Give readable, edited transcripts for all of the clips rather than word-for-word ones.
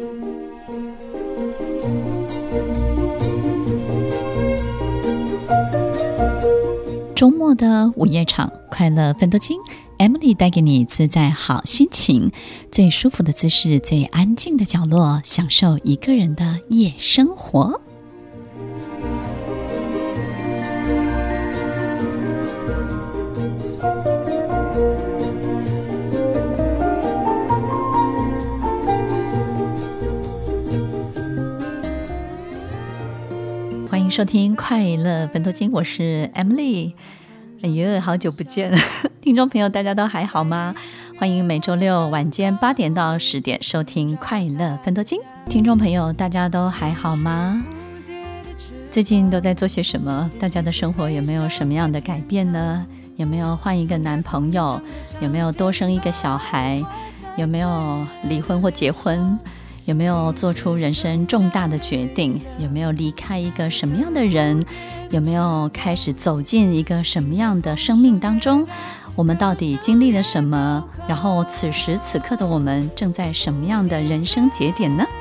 周末的午夜场，快乐分多金 Emily 带给你自在好心情，最舒服的姿势，最安静的角落，享受一个人的夜生活。欢迎收听快乐分多金，我是 Emily。哎呀，好久不见听众朋友大家都还好吗？欢迎每周六晚间8点到10点收听快乐分多金。听众朋友大家都还好吗？最近都在做些什么？大家的生活有没有什么样的改变呢？有没有换一个男朋友？有没有多生一个小孩？有没有离婚或结婚？有没有做出人生重大的决定？有没有离开一个什么样的人？有没有开始走进一个什么样的生命当中？我们到底经历了什么？然后此时此刻的我们正在什么样的人生节点呢？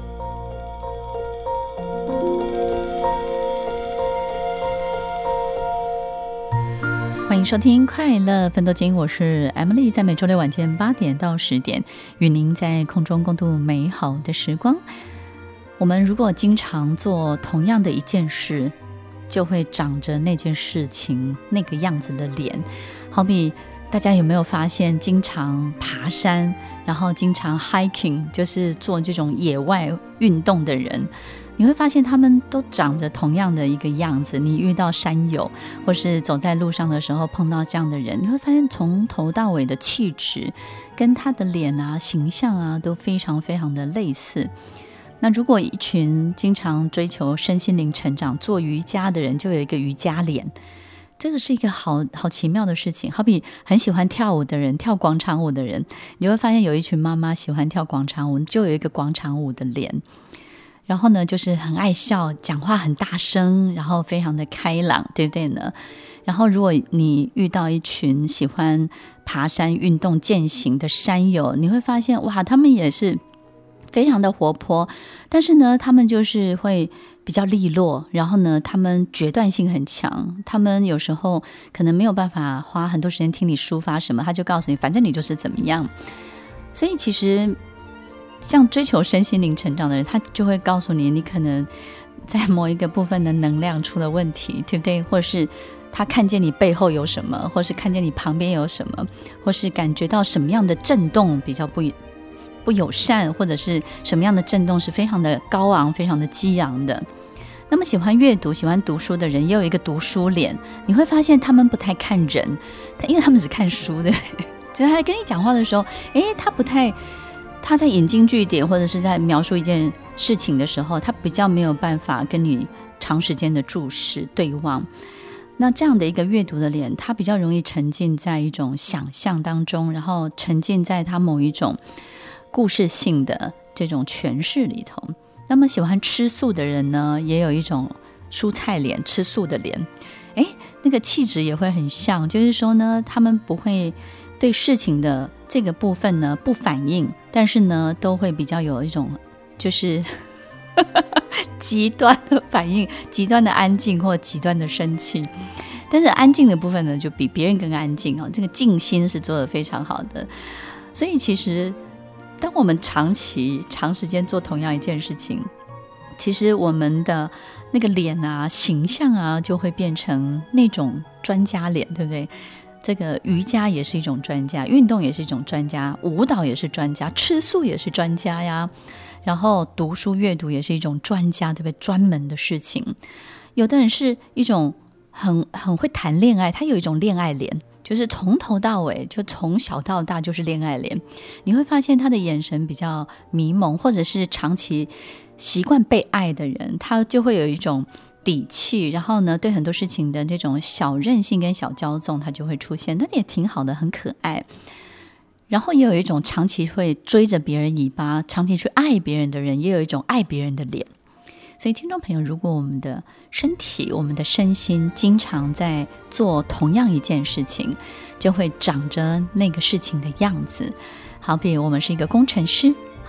欢迎收听快乐分多金，我是 Emily， 在每周六晚间8点到10点与您在空中共度美好的时光。我们如果经常做同样的一件事，就会长着那件事情那个样子的脸。好比大家有没有发现，经常爬山，然后经常 hiking， 就是做这种野外运动的人，你会发现他们都长着同样的一个样子。你遇到山友或是走在路上的时候碰到这样的人，你会发现从头到尾的气质跟他的脸啊形象啊都非常非常的类似。那如果一群经常追求身心灵成长做瑜伽的人，就有一个瑜伽脸，这个是一个好奇妙的事情。好比很喜欢跳舞的人，跳广场舞的人，你会发现有一群妈妈喜欢跳广场舞，就有一个广场舞的脸。然后呢，就是很爱笑，讲话很大声，然后非常的开朗，对不对呢？然后如果你遇到一群喜欢爬山运动健行的山友，你会发现哇，他们也是非常的活泼，但是呢他们就是会比较利落，然后呢他们决断性很强，他们有时候可能没有办法花很多时间听你抒发什么，他就告诉你反正你就是怎么样。所以其实像追求身心灵成长的人，他就会告诉你，你可能在某一个部分的能量出了问题，对不对？或是他看见你背后有什么，或是看见你旁边有什么，或是感觉到什么样的震动比较不友善，或者是什么样的震动是非常的高昂非常的激昂的。那么喜欢阅读喜欢读书的人也有一个读书脸，你会发现他们不太看人，因为他们只看书的，只是他在跟你讲话的时候，他在引经据典或者是在描述一件事情的时候，他比较没有办法跟你长时间的注视对望。那这样的一个阅读的脸，他比较容易沉浸在一种想象当中，然后沉浸在他某一种故事性的这种诠释里头。那么喜欢吃素的人呢，也有一种蔬菜脸，吃素的脸，那个气质也会很像，就是说呢，他们不会对事情的这个部分呢不反应，但是呢都会比较有一种就是极端的反应，极端的安静或极端的生气。但是安静的部分呢就比别人更安静，这个静心是做得非常好的。所以其实当我们长时间做同样一件事情，其实我们的那个脸啊形象啊就会变成那种专家脸，对不对？这个瑜伽也是一种专家，运动也是一种专家，舞蹈也是专家，吃素也是专家呀，然后读书阅读也是一种专家，对不对？专门的事情。有的人是一种很会谈恋爱，他有一种恋爱脸，就是从头到尾，就从小到大就是恋爱脸。你会发现他的眼神比较迷蒙，或者是长期习惯被爱的人，他就会有一种底气，然后呢对很多事情的这种小任性跟小骄纵它就会出现，那也挺好的，很可爱。然后也有一种长期会追着别人尾巴，长期去爱别人的人，也有一种爱别人的脸。所以听众朋友，如果我们的身体我们的身心经常在做同样一件事情，就会长着那个事情的样子。好比我们是一个工程师，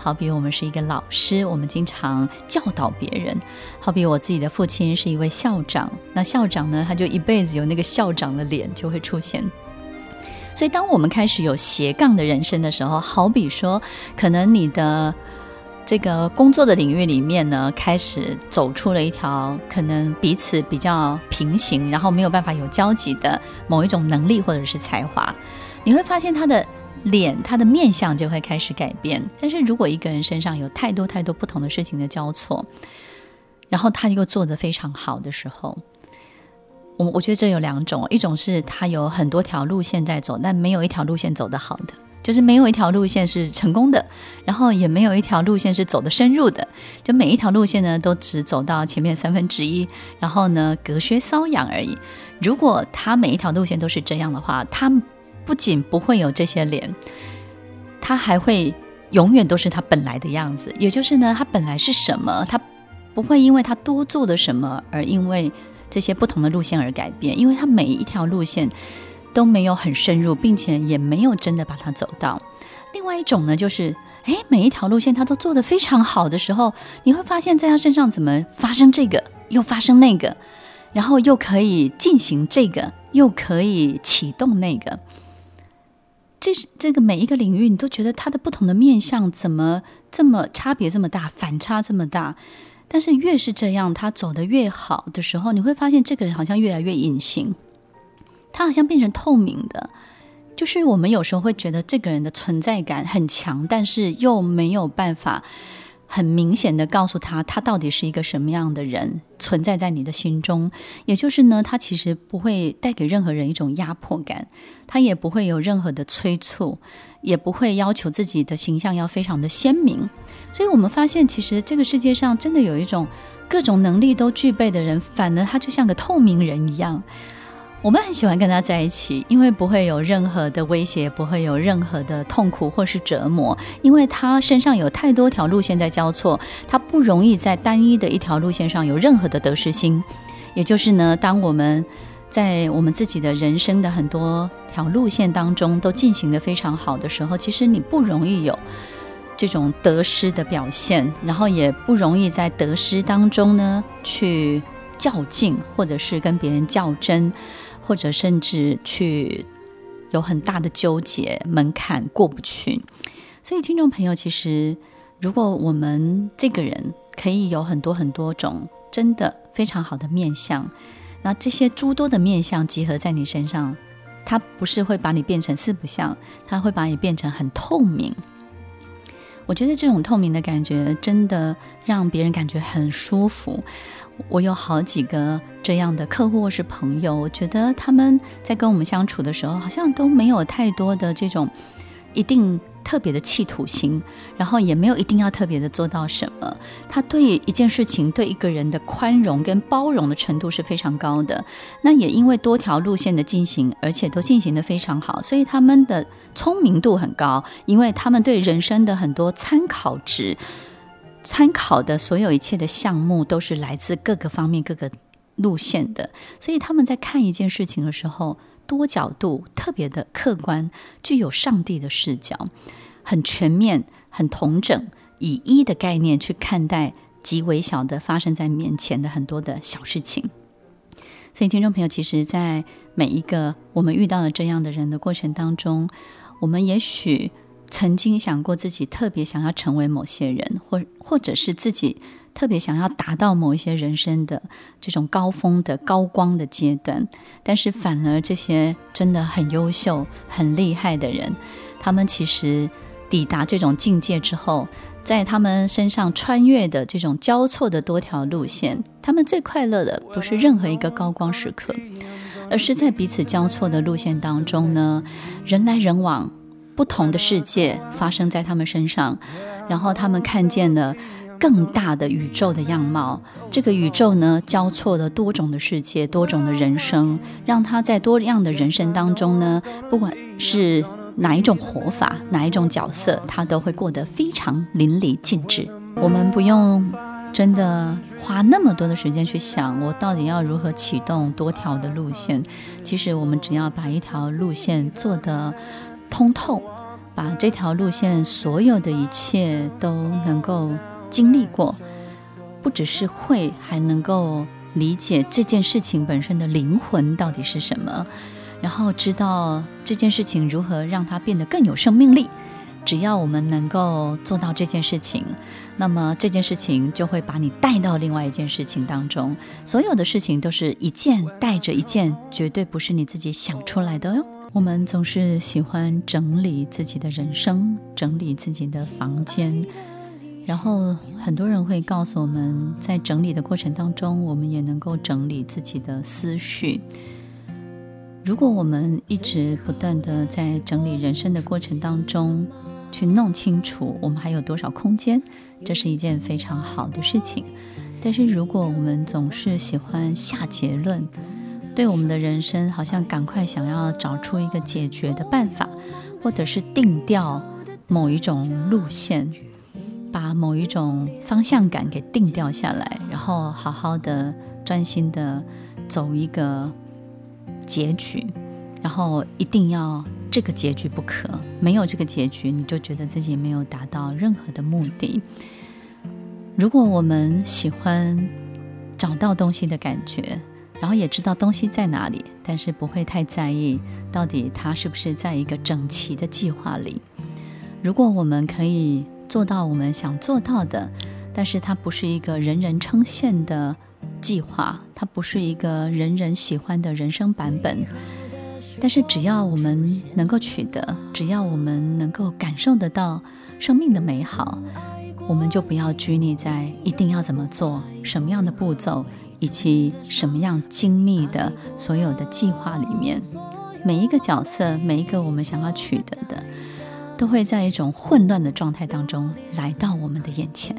好比我们是一个老师，我们经常教导别人，好比我自己的父亲是一位校长，那校长呢，他就一辈子有那个校长的脸就会出现。所以当我们开始有斜杠的人生的时候，好比说可能你的这个工作的领域里面呢，开始走出了一条可能彼此比较平行，然后没有办法有交集的某一种能力或者是才华，你会发现他的脸，他的面相就会开始改变。但是如果一个人身上有太多太多不同的事情的交错，然后他又做得非常好的时候，我觉得这有两种，一种是他有很多条路线在走，但没有一条路线走得好的，就是没有一条路线是成功的，然后也没有一条路线是走得深入的，就每一条路线呢都只走到前面1/3，然后呢隔靴搔痒而已。如果他每一条路线都是这样的话，他不仅不会有这些脸，他还会永远都是他本来的样子，也就是呢他本来是什么，他不会因为他多做了什么而因为这些不同的路线而改变，因为他每一条路线都没有很深入，并且也没有真的把它走到。另外一种呢，就是每一条路线他都做得非常好的时候，你会发现在他身上怎么发生这个又发生那个，然后又可以进行这个又可以启动那个，这个每一个领域你都觉得他的不同的面向怎么这么差别这么大，反差这么大。但是越是这样，他走得越好的时候，你会发现这个人好像越来越隐形，他好像变成透明的。就是我们有时候会觉得这个人的存在感很强，但是又没有办法很明显的告诉他到底是一个什么样的人存在在你的心中。也就是呢，他其实不会带给任何人一种压迫感，他也不会有任何的催促，也不会要求自己的形象要非常的鲜明。所以我们发现其实这个世界上真的有一种各种能力都具备的人，反而他就像个透明人一样，我们很喜欢跟他在一起，因为不会有任何的威胁，不会有任何的痛苦或是折磨，因为他身上有太多条路线在交错，他不容易在单一的一条路线上有任何的得失心。也就是呢，当我们在我们自己的人生的很多条路线当中都进行得非常好的时候，其实你不容易有这种得失的表现，然后也不容易在得失当中呢去较劲，或者是跟别人较真，或者甚至去有很大的纠结，门槛过不去。所以听众朋友，其实如果我们这个人可以有很多很多种真的非常好的面向，那这些诸多的面向集合在你身上，它不是会把你变成四不像，它会把你变成很透明。我觉得这种透明的感觉真的让别人感觉很舒服。我有好几个这样的客户或是朋友，我觉得他们在跟我们相处的时候，好像都没有太多的这种一定特别的企图心，然后也没有一定要特别的做到什么。他对一件事情，对一个人的宽容跟包容的程度是非常高的。那也因为多条路线的进行，而且都进行得非常好，所以他们的聪明度很高，因为他们对人生的很多参考值，参考的所有一切的项目都是来自各个方面各个路线的，所以他们在看一件事情的时候，多角度，特别的客观，具有上帝的视角，很全面，很统整，以一的概念去看待极微小的发生在面前的很多的小事情。所以听众朋友，其实在每一个我们遇到的这样的人的过程当中，我们也许曾经想过自己特别想要成为某些人，或者是自己特别想要达到某一些人生的这种高峰的高光的阶段，但是反而这些真的很优秀很厉害的人，他们其实抵达这种境界之后，在他们身上穿越的这种交错的多条路线，他们最快乐的不是任何一个高光时刻，而是在彼此交错的路线当中呢，人来人往，不同的世界发生在他们身上，然后他们看见了更大的宇宙的样貌。这个宇宙呢，交错了多种的世界，多种的人生，让他在多样的人生当中呢，不管是哪一种活法，哪一种角色，他都会过得非常淋漓尽致。我们不用真的花那么多的时间去想我到底要如何启动多条的路线，其实我们只要把一条路线做得通透， 把这条路线所有的一切都能够经历过，不只是会，还能够理解这件事情本身的灵魂到底是什么，然后知道这件事情如何让它变得更有生命力。只要我们能够做到这件事情，那么这件事情就会把你带到另外一件事情当中。所有的事情都是一件带着一件，绝对不是你自己想出来的哟。我们总是喜欢整理自己的人生，整理自己的房间，然后很多人会告诉我们，在整理的过程当中，我们也能够整理自己的思绪。如果我们一直不断的在整理人生的过程当中去弄清楚我们还有多少空间，这是一件非常好的事情。但是如果我们总是喜欢下结论，对我们的人生好像赶快想要找出一个解决的办法，或者是定调某一种路线，把某一种方向感给定调下来，然后好好的专心的走一个结局，然后一定要这个结局不可，没有这个结局你就觉得自己没有达到任何的目的。如果我们喜欢找到东西的感觉，然后也知道东西在哪里，但是不会太在意到底它是不是在一个整齐的计划里。如果我们可以做到我们想做到的，但是它不是一个人人称羡的计划，它不是一个人人喜欢的人生版本，但是只要我们能够取得，只要我们能够感受得到生命的美好，我们就不要拘泥在一定要怎么做，什么样的步骤，以及什么样精密的所有的计划里面。每一个角色，每一个我们想要取得的，都会在一种混乱的状态当中来到我们的眼前。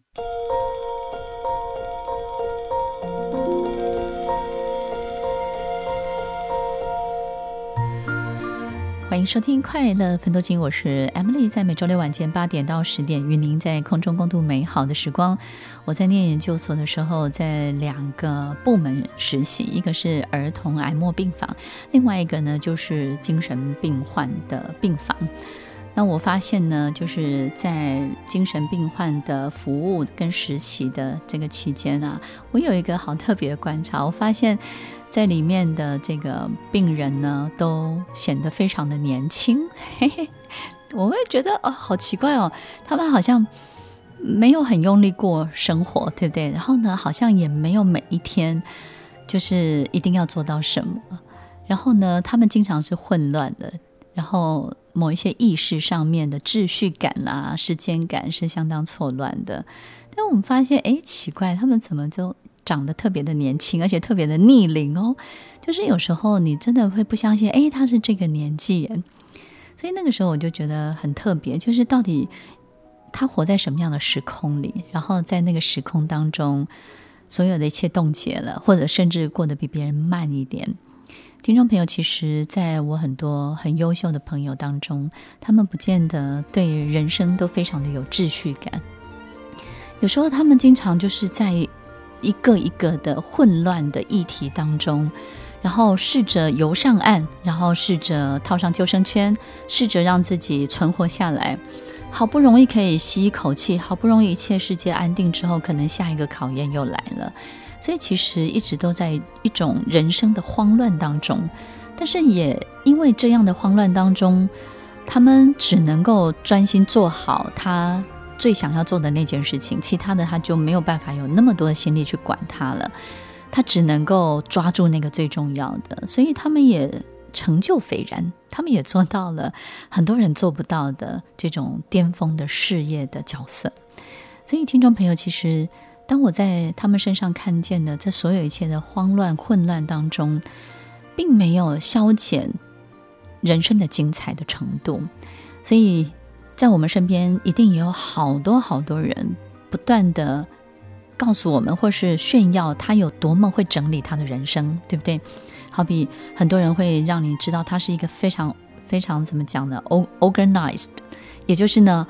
欢迎收听快乐分多金，我是 Emily， 在每周六晚间8点到10点与您在空中共度美好的时光。我在念研究所的时候，在2个部门实习，一个是儿童癌末病房，另外一个呢就是精神病患的病房。那我发现呢，就是在精神病患的服务跟实习的这个期间啊，我有一个好特别的观察，我发现在里面的这个病人呢，都显得非常的年轻，嘿嘿，我会觉得好奇怪哦，他们好像没有很用力过生活，对不对？然后呢，好像也没有每一天就是一定要做到什么，然后呢，他们经常是混乱的，然后某一些意识上面的秩序感啦、时间感是相当错乱的。但我们发现，奇怪，他们怎么就长得特别的年轻，而且特别的逆龄哦？就是有时候你真的会不相信，他是这个年纪耶。所以那个时候我就觉得很特别，就是到底他活在什么样的时空里，然后在那个时空当中，所有的一切冻结了，或者甚至过得比别人慢一点。听众朋友，其实在我很多很优秀的朋友当中，他们不见得对人生都非常的有秩序感，有时候他们经常就是在一个一个的混乱的议题当中，然后试着游上岸，然后试着套上救生圈，试着让自己存活下来，好不容易可以吸一口气，好不容易一切世界安定之后，可能下一个考验又来了。所以其实一直都在一种人生的慌乱当中，但是也因为这样的慌乱当中，他们只能够专心做好他最想要做的那件事情，其他的他就没有办法有那么多的心力去管他了，他只能够抓住那个最重要的，所以他们也成就斐然，他们也做到了很多人做不到的这种巅峰的事业的角色。所以听众朋友，其实当我在他们身上看见的这所有一切的慌乱混乱当中，并没有消减人生的精彩的程度。所以在我们身边一定也有好多好多人不断的告诉我们，或是炫耀他有多么会整理他的人生，对不对？好比很多人会让你知道他是一个非常非常怎么讲呢 organized， 也就是呢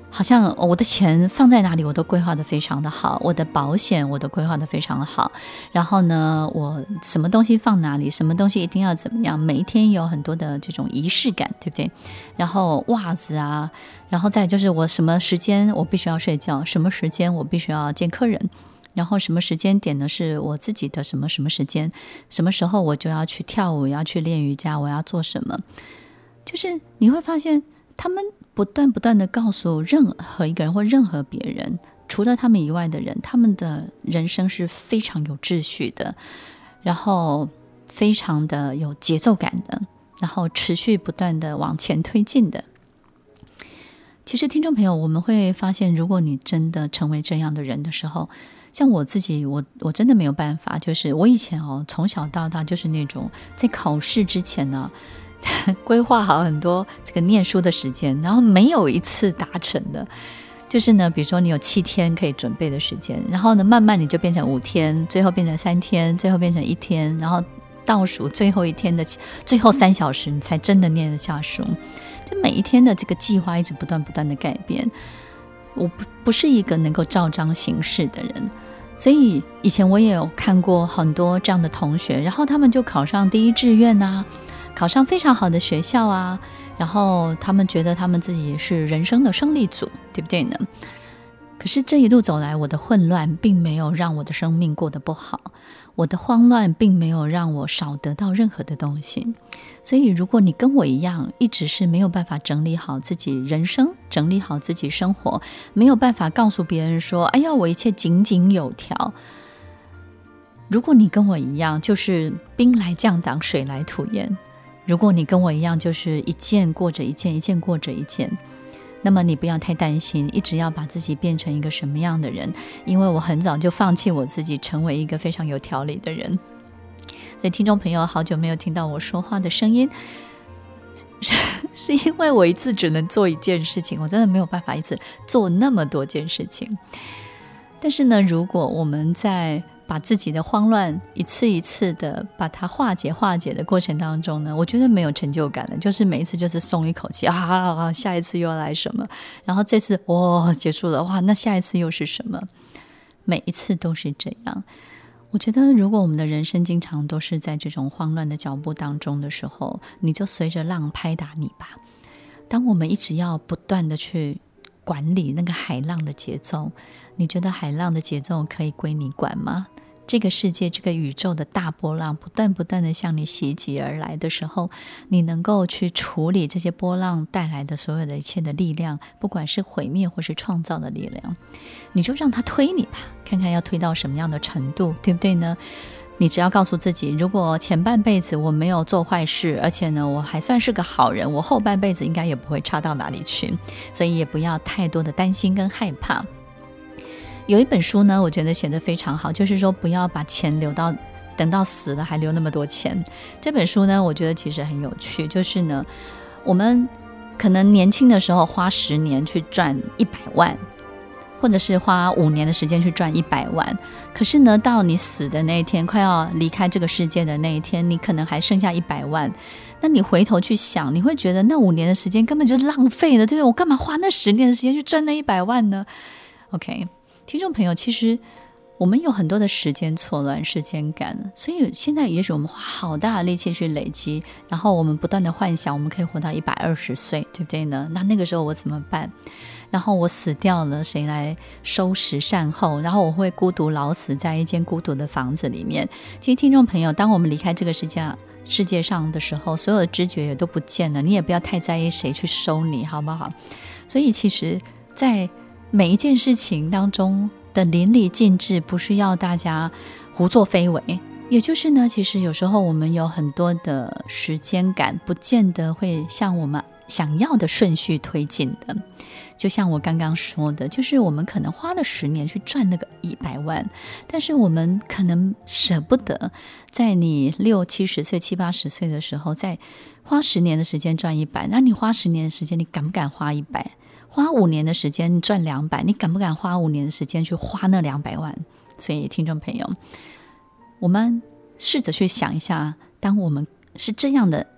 好像我的钱放在哪里我都规划得非常的好，我的保险我都规划得非常的好，然后呢我什么东西放哪里，什么东西一定要怎么样，每一天有很多的这种仪式感，对不对？然后袜子啊，然后再就是我什么时间我必须要睡觉，什么时间我必须要见客人，然后什么时间点呢是我自己的什么时间，什么时候我就要去跳舞，要去练瑜伽，我要做什么，就是你会发现他们不断的告诉任何一个人或任何别人，除了他们以外的人，他们的人生是非常有秩序的，然后非常的有节奏感的，然后持续不断的往前推进的。其实听众朋友，我们会发现，如果你真的成为这样的人的时候，像我自己，我真的没有办法，就是我以前从小到大就是那种在考试之前呢规划好很多这个念书的时间，然后没有一次达成的。就是呢，比如说你有7天可以准备的时间，然后呢慢慢你就变成5天，最后变成3天，最后变成1天，然后倒数最后一天的最后3小时你才真的念得下书。就每一天的这个计划一直不断的改变，我不是一个能够照章行事的人，所以以前我也有看过很多这样的同学，然后他们就考上第1志愿啊，考上非常好的学校啊，然后他们觉得他们自己也是人生的胜利组，对不对呢？可是这一路走来，我的混乱并没有让我的生命过得不好，我的慌乱并没有让我少得到任何的东西。所以如果你跟我一样，一直是没有办法整理好自己人生，整理好自己生活，没有办法告诉别人说，哎呀，我一切井井有条。如果你跟我一样，就是兵来将挡，水来土掩。如果你跟我一样，就是一件过着一件，一件过着一件，那么你不要太担心，一直要把自己变成一个什么样的人，因为我很早就放弃我自己，成为一个非常有条理的人。所以听众朋友好久没有听到我说话的声音，是因为我一次只能做一件事情，我真的没有办法一次做那么多件事情。但是呢，如果我们在把自己的慌乱一次一次的把它化解的过程当中呢，我觉得没有成就感了，就是每一次就是松一口气啊，下一次又要来什么，然后这次结束了，哇，那下一次又是什么，每一次都是这样。我觉得如果我们的人生经常都是在这种慌乱的脚步当中的时候，你就随着浪拍打你吧。当我们一直要不断的去管理那个海浪的节奏，你觉得海浪的节奏可以归你管吗？这个世界，这个宇宙的大波浪不断的向你袭击而来的时候，你能够去处理这些波浪带来的所有的一切的力量，不管是毁灭或是创造的力量，你就让它推你吧，看看要推到什么样的程度，对不对呢？你只要告诉自己，如果前半辈子我没有做坏事，而且呢我还算是个好人，我后半辈子应该也不会差到哪里去，所以也不要太多的担心跟害怕。有一本书呢，我觉得写得非常好，就是说不要把钱等到死了还留那么多钱。这本书呢，我觉得其实很有趣，就是呢，我们可能年轻的时候花10年去赚100万，或者是花5年的时间去赚100万，可是呢，到你死的那一天，快要离开这个世界的那一天，你可能还剩下100万。那你回头去想，你会觉得那5年的时间根本就是浪费了，对不对？我干嘛花那10年的时间去赚那100万呢？ OK，听众朋友，其实我们有很多的时间错乱、时间感，所以现在也许我们花好大的力气去累积，然后我们不断的幻想我们可以活到120岁，对不对呢？那个时候我怎么办？然后我死掉了，谁来收拾善后？然后我会孤独老死在一间孤独的房子里面。其实听众朋友，当我们离开这个世界上的时候，所有的知觉也都不见了，你也不要太在意谁去收你，好不好？所以其实在每一件事情当中的淋漓尽致，不是要大家胡作非为，也就是呢，其实有时候我们有很多的时间感，不见得会像我们想要的顺序推进的。就像我刚刚说的，就是我们可能花了10年去赚那个100万，但是我们可能舍不得在你60、70岁、70、80岁的时候再花10年的时间赚100，那你花10年的时间，你敢不敢花100？花5年的时间赚200，你敢不敢花5年的时间去花那200万？所以听众朋友，我们试着去想一下，当我们是这样的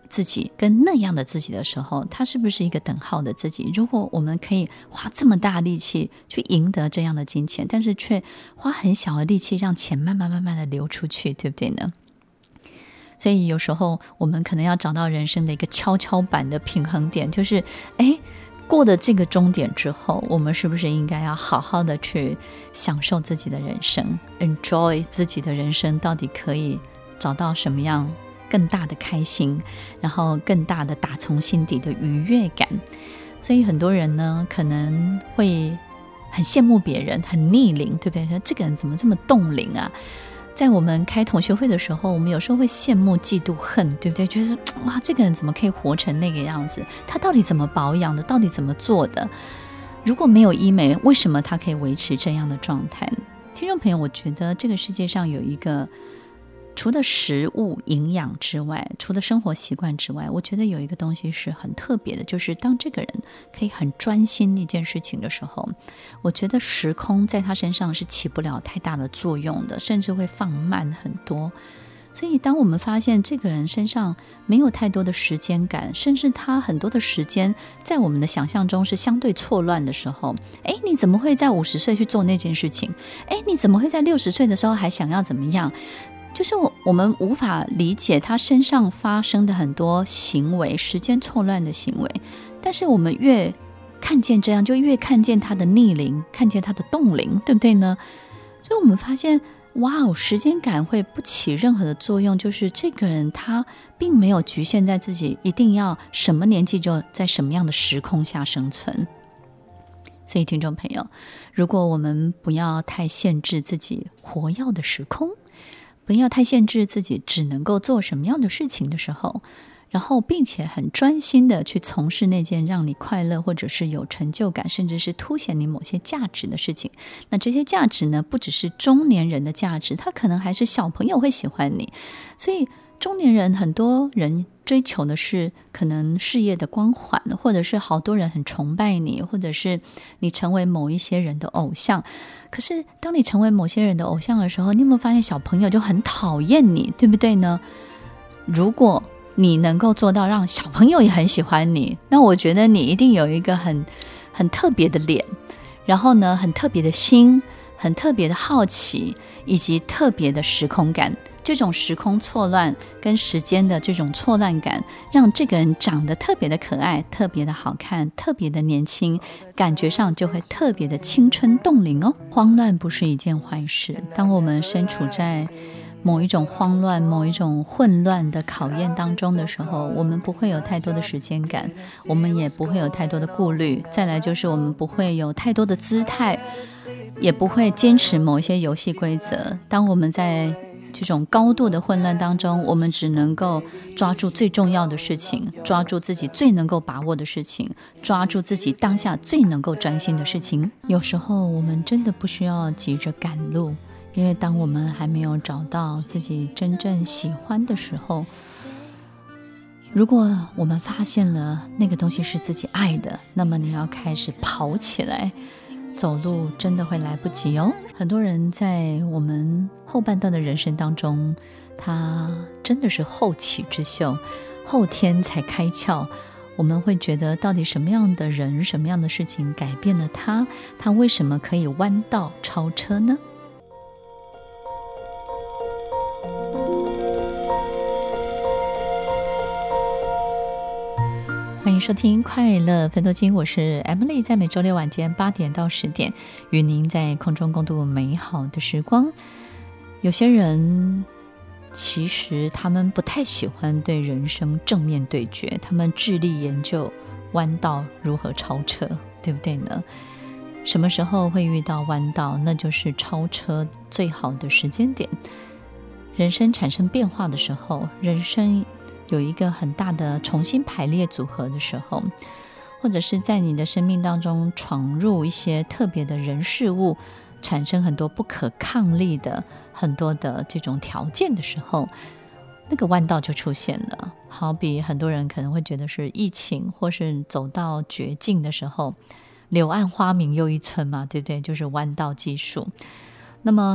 自己跟那样的自己的时候，他是不是一个等号的自己？如果我们可以花这么大力气去赢得这样的金钱，但是却花很小的力气让钱慢慢的流出去，对不对呢？所以有时候我们可能要找到人生的一个跷跷板的平衡点，就是过了这个终点之后，我们是不是应该要好好的去享受自己的人生， enjoy 自己的人生，到底可以找到什么样更大的开心，然后更大的打从心底的愉悦感。所以很多人呢可能会很羡慕别人，很逆龄，对不对？说这个人怎么这么冻龄啊？在我们开同学会的时候，我们有时候会羡慕嫉妒恨，对不对？觉得哇，这个人怎么可以活成那个样子？他到底怎么保养的？到底怎么做的？如果没有医美，为什么他可以维持这样的状态？听众朋友，我觉得这个世界上有一个，除了食物营养之外，除了生活习惯之外，我觉得有一个东西是很特别的，就是当这个人可以很专心一件事情的时候，我觉得时空在他身上是起不了太大的作用的，甚至会放慢很多。所以当我们发现这个人身上没有太多的时间感，甚至他很多的时间在我们的想象中是相对错乱的时候，你怎么会在50岁去做那件事情？你怎么会在60岁的时候还想要怎么样？就是我们无法理解他身上发生的很多行为，时间错乱的行为，但是我们越看见这样，就越看见他的逆龄，看见他的冻龄，对不对呢？所以我们发现，哇哦，时间感会不起任何的作用，就是这个人他并没有局限在自己一定要什么年纪就在什么样的时空下生存。所以听众朋友，如果我们不要太限制自己活跃的时空，不要太限制自己只能够做什么样的事情的时候，然后并且很专心的去从事那件让你快乐或者是有成就感，甚至是凸显你某些价值的事情。那这些价值呢，不只是中年人的价值，他可能还是小朋友会喜欢你。所以中年人，很多人追求的是可能事业的光环，或者是好多人很崇拜你，或者是你成为某一些人的偶像。可是当你成为某些人的偶像的时候，你有没有发现小朋友就很讨厌你，对不对呢？如果你能够做到让小朋友也很喜欢你，那我觉得你一定有一个很特别的脸，然后呢很特别的心，很特别的好奇，以及特别的时空感。这种时空错乱跟时间的这种错乱感，让这个人长得特别的可爱，特别的好看，特别的年轻，感觉上就会特别的青春冻龄哦。慌乱不是一件坏事，当我们身处在某一种慌乱，某一种混乱的考验当中的时候，我们不会有太多的时间感，我们也不会有太多的顾虑，再来就是我们不会有太多的姿态，也不会坚持某一些游戏规则。当我们在这种高度的混乱当中，我们只能够抓住最重要的事情，抓住自己最能够把握的事情，抓住自己当下最能够专心的事情。有时候我们真的不需要急着赶路，因为当我们还没有找到自己真正喜欢的时候，如果我们发现了那个东西是自己爱的，那么你要开始跑起来，走路真的会来不及哦。很多人在我们后半段的人生当中，他真的是后起之秀，后天才开窍。我们会觉得到底什么样的人，什么样的事情改变了他，他为什么可以弯道超车呢？欢迎收听快乐分多金，我是 Emily， 在每周六晚间8点到10点，与您在空中共度美好的时光。有些人其实他们不太喜欢对人生正面对决，他们致力研究弯道如何超车，对不对呢？什么时候会遇到弯道，那就是超车最好的时间点。人生产生变化的时候，人生有一个很大的重新排列组合的时候，或者是在你的生命当中闯入一些特别的人事物，产生很多不可抗力的很多的这种条件的时候，那个弯道就出现了。好比很多人可能会觉得是疫情，或是走到绝境的时候，柳暗花明又一村嘛，对不对？就是弯道技术。那么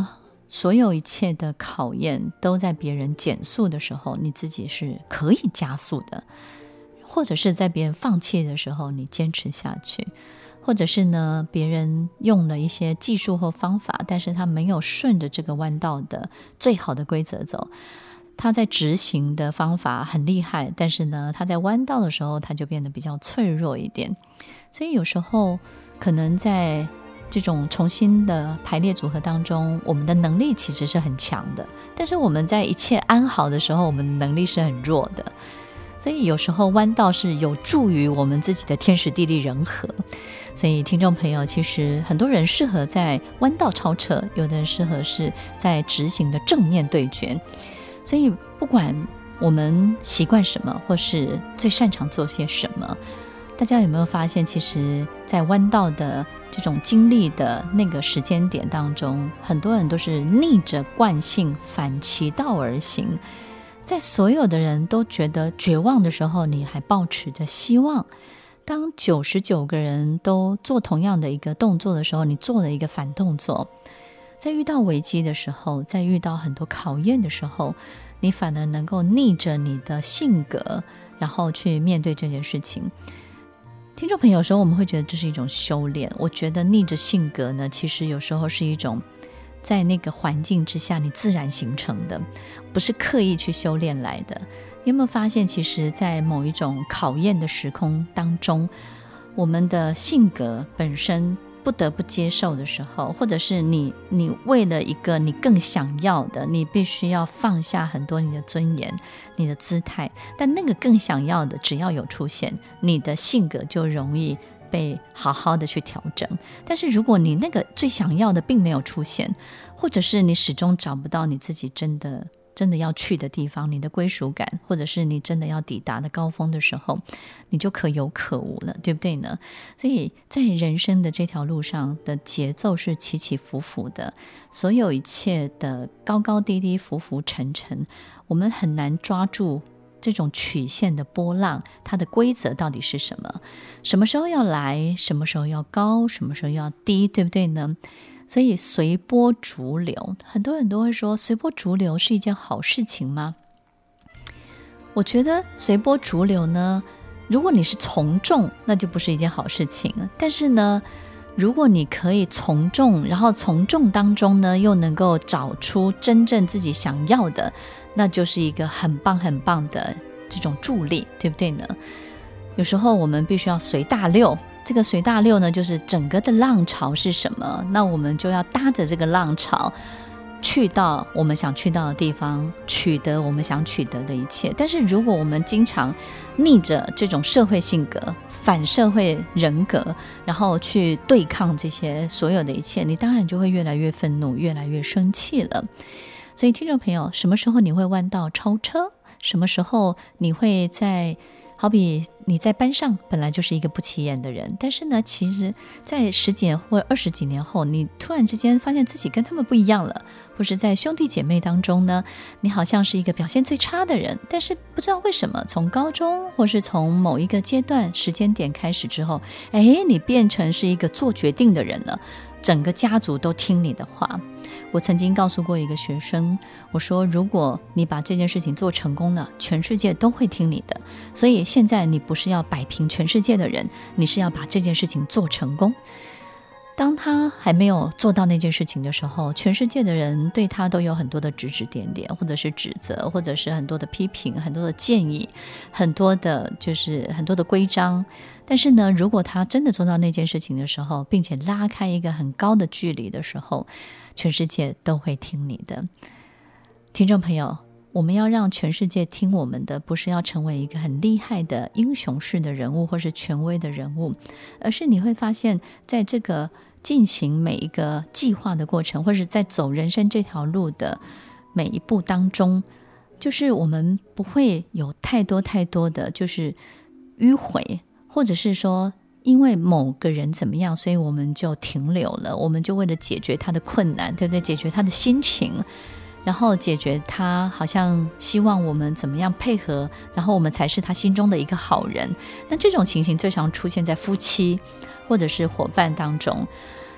所有一切的考验都在别人减速的时候，你自己是可以加速的，或者是在别人放弃的时候，你坚持下去，或者是呢，别人用了一些技术或方法，但是他没有顺着这个弯道的最好的规则走，他在执行的方法很厉害，但是呢，他在弯道的时候他就变得比较脆弱一点。所以有时候可能在这种重新的排列组合当中，我们的能力其实是很强的，但是我们在一切安好的时候，我们的能力是很弱的。所以有时候弯道是有助于我们自己的天时地利人和。所以听众朋友，其实很多人适合在弯道超车，有的人适合是在执行的正面对决。所以不管我们习惯什么，或是最擅长做些什么，大家有没有发现，其实在弯道的这种经历的那个时间点当中，很多人都是逆着惯性反其道而行。在所有的人都觉得绝望的时候，你还抱持着希望。当99个人都做同样的一个动作的时候，你做了一个反动作。在遇到危机的时候，在遇到很多考验的时候，你反而能够逆着你的性格，然后去面对这件事情。听众朋友，有时候我们会觉得这是一种修炼，我觉得逆着性格呢，其实有时候是一种在那个环境之下你自然形成的，不是刻意去修炼来的。你有没有发现，其实在某一种考验的时空当中，我们的性格本身不得不接受的时候，或者是你为了一个你更想要的，你必须要放下很多你的尊严，你的姿态，但那个更想要的只要有出现，你的性格就容易被好好的去调整。但是如果你那个最想要的并没有出现，或者是你始终找不到你自己真的要去的地方，你的归属感，或者是你真的要抵达的高峰的时候，你就可有可无了，对不对呢？所以在人生的这条路上的节奏是起起伏伏的，所有一切的高高低低浮浮沉沉，我们很难抓住这种曲线的波浪，它的规则到底是什么？什么时候要来，什么时候要高，什么时候要低，对不对呢？所以随波逐流，很多人都会说随波逐流是一件好事情吗？我觉得随波逐流呢，如果你是从众，那就不是一件好事情了。但是呢，如果你可以从众，然后从众当中呢，又能够找出真正自己想要的，那就是一个很棒很棒的这种助力，对不对呢？有时候我们必须要随大流，这个随大流呢，就是整个的浪潮是什么，那我们就要搭着这个浪潮去到我们想去到的地方，取得我们想取得的一切。但是如果我们经常逆着这种社会性格，反社会人格，然后去对抗这些所有的一切，你当然就会越来越愤怒，越来越生气了。所以听众朋友，什么时候你会弯道超车？什么时候你会好比你在班上本来就是一个不起眼的人，但是呢，其实在10几年或20几年后，你突然之间发现自己跟他们不一样了，或是在兄弟姐妹当中呢，你好像是一个表现最差的人，但是不知道为什么，从高中或是从某一个阶段时间点开始之后，你变成是一个做决定的人了，整个家族都听你的话。我曾经告诉过一个学生，我说如果你把这件事情做成功了，全世界都会听你的。所以现在你不是要摆平全世界的人，你是要把这件事情做成功。当他还没有做到那件事情的时候，全世界的人对他都有很多的指指点点，或者是指责，或者是很多的批评，很多的建议，很多的规章。但是呢，如果他真的做到那件事情的时候，并且拉开一个很高的距离的时候，全世界都会听你的。听众朋友，我们要让全世界听我们的，不是要成为一个很厉害的英雄式的人物或是权威的人物，而是你会发现在这个进行每一个计划的过程，或是在走人生这条路的每一步当中，就是我们不会有太多的就是迂回，或者是说因为某个人怎么样，所以我们就停留了，我们就为了解决他的困难，对不对？解决他的心情，然后解决他好像希望我们怎么样配合，然后我们才是他心中的一个好人。那这种情形最常出现在夫妻或者是伙伴当中。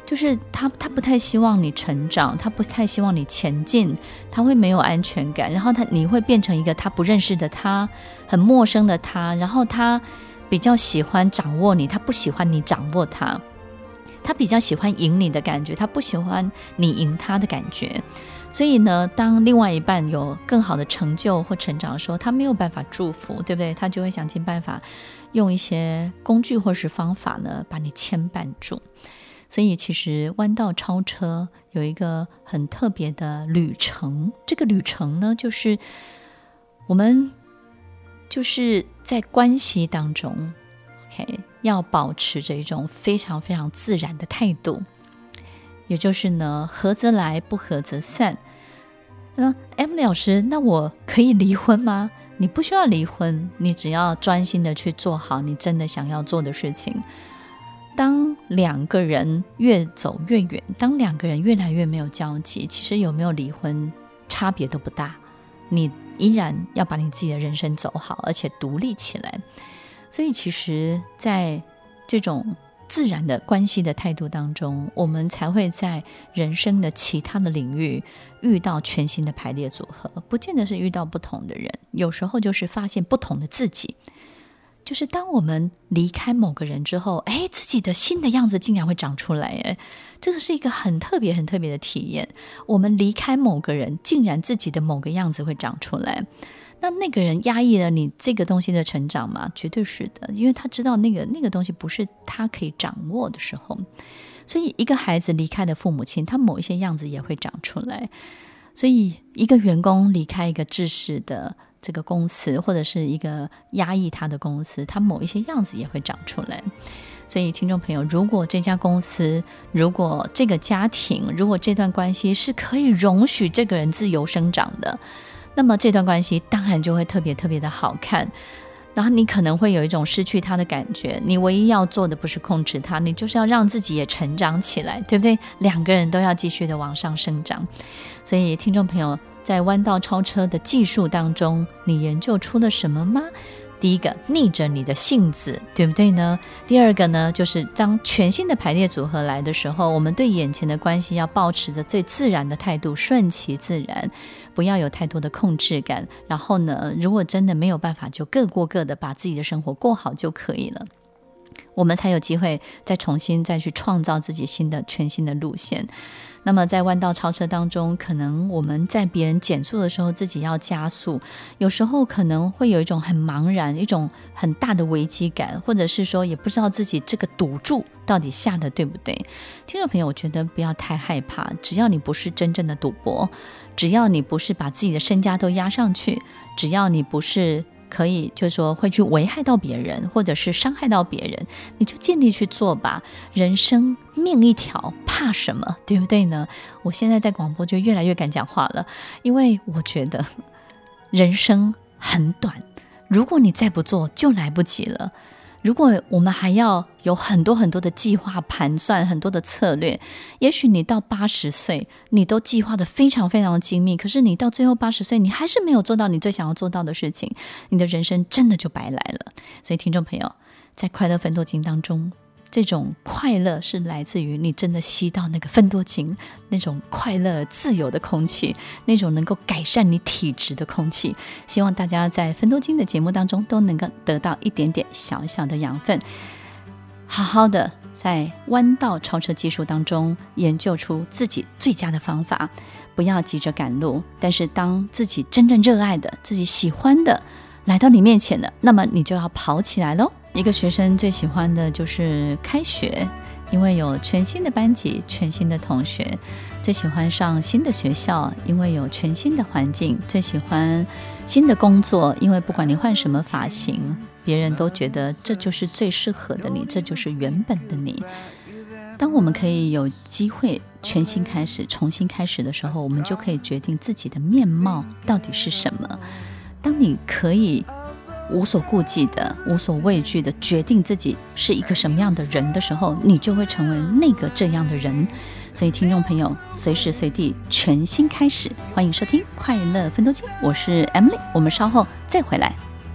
就是他不太希望你成长，他不太希望你前进，他会没有安全感，然后你会变成一个他不认识的他，很陌生的他，然后他比较喜欢掌握你，他不喜欢你掌握他，他比较喜欢赢你的感觉，他不喜欢你赢他的感觉。所以呢，当另外一半有更好的成就或成长的时候，他没有办法祝福，对不对？他就会想尽办法用一些工具或是方法呢，把你牵绊住。所以其实弯道超车有一个很特别的旅程，这个旅程呢，就是我们就是在关系当中 OK 要保持着一种非常非常自然的态度，也就是呢，合则来，不合则散。那 Emily 老师，那我可以离婚吗？你不需要离婚，你只要专心的去做好你真的想要做的事情。当两个人越走越远，当两个人越来越没有交集，其实有没有离婚差别都不大，你依然要把你自己的人生走好，而且独立起来。所以其实在这种自然的关系的态度当中，我们才会在人生的其他的领域遇到全新的排列组合，不见得是遇到不同的人，有时候就是发现不同的自己。就是当我们离开某个人之后，自己的新的样子竟然会长出来，这个是一个很特别很特别的体验。我们离开某个人，竟然自己的某个样子会长出来。那个人压抑了你这个东西的成长吗？绝对是的，因为他知道那个东西不是他可以掌握的时候。所以一个孩子离开了父母亲，他某一些样子也会长出来。所以一个员工离开一个制式的这个公司，或者是一个压抑他的公司，他某一些样子也会长出来。所以听众朋友，如果这家公司，如果这个家庭，如果这段关系是可以容许这个人自由生长的，那么这段关系当然就会特别特别的好看。然后你可能会有一种失去他的感觉，你唯一要做的不是控制他，你就是要让自己也成长起来，对不对？两个人都要继续的往上生长。所以听众朋友，在弯道超车的技术当中，你研究出了什么吗？第一个，逆着你的性子，对不对呢？第二个呢，就是当全新的排列组合来的时候，我们对眼前的关系要保持着最自然的态度，顺其自然，不要有太多的控制感。然后呢，如果真的没有办法，就各过各的，把自己的生活过好就可以了。我们才有机会再重新再去创造自己全新的路线。那么在弯道超车当中，可能我们在别人减速的时候自己要加速，有时候可能会有一种很茫然，一种很大的危机感，或者是说也不知道自己这个赌注到底下的对不对。听众朋友，我觉得不要太害怕，只要你不是真正的赌博，只要你不是把自己的身家都压上去，只要你不是可以就是说会去危害到别人，或者是伤害到别人，你就尽力去做吧。人生命一条，怕什么，对不对呢？我现在在广播就越来越敢讲话了，因为我觉得人生很短，如果你再不做就来不及了。如果我们还要有很多很多的计划盘算，很多的策略，也许你到80岁你都计划得非常非常的精密，可是你到最后80岁你还是没有做到你最想要做到的事情，你的人生真的就白来了。所以听众朋友，在快乐分多金当中，这种快乐是来自于你真的吸到那个芬多精，那种快乐自由的空气，那种能够改善你体质的空气。希望大家在芬多精的节目当中都能够得到一点点小小的养分，好好的在弯道超车技术当中研究出自己最佳的方法，不要急着赶路，但是当自己真正热爱的、自己喜欢的来到你面前的，那么你就要跑起来咯。一个学生最喜欢的就是开学，因为有全新的班级、全新的同学；最喜欢上新的学校，因为有全新的环境；最喜欢新的工作，因为不管你换什么发型，别人都觉得这就是最适合的你，这就是原本的你。当我们可以有机会全新开始、重新开始的时候，我们就可以决定自己的面貌到底是什么。当你可以无所顾忌的、无所畏惧的决定自己是一个什么样的人的时候，你就会成为那个这样的人。所以听众朋友，随时随地全新开始，欢迎收听快乐分多金，我是 Emily， 我们稍后再回来。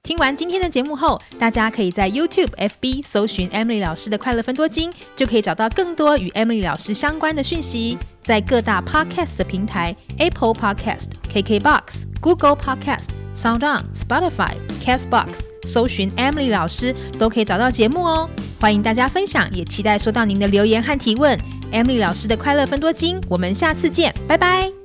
听完今天的节目后，大家可以在 YouTube、FB 搜寻 Emily 老师的快乐分多金，就可以找到更多与 Emily 老师相关的讯息。在各大 Podcast 的平台 Apple Podcast、KKBox、Google Podcast、SoundOn、Spotify、Castbox 搜寻 Emily 老师都可以找到节目哦。欢迎大家分享，也期待收到您的留言和提问。Emily 老师的快乐分多金，我们下次见，拜拜。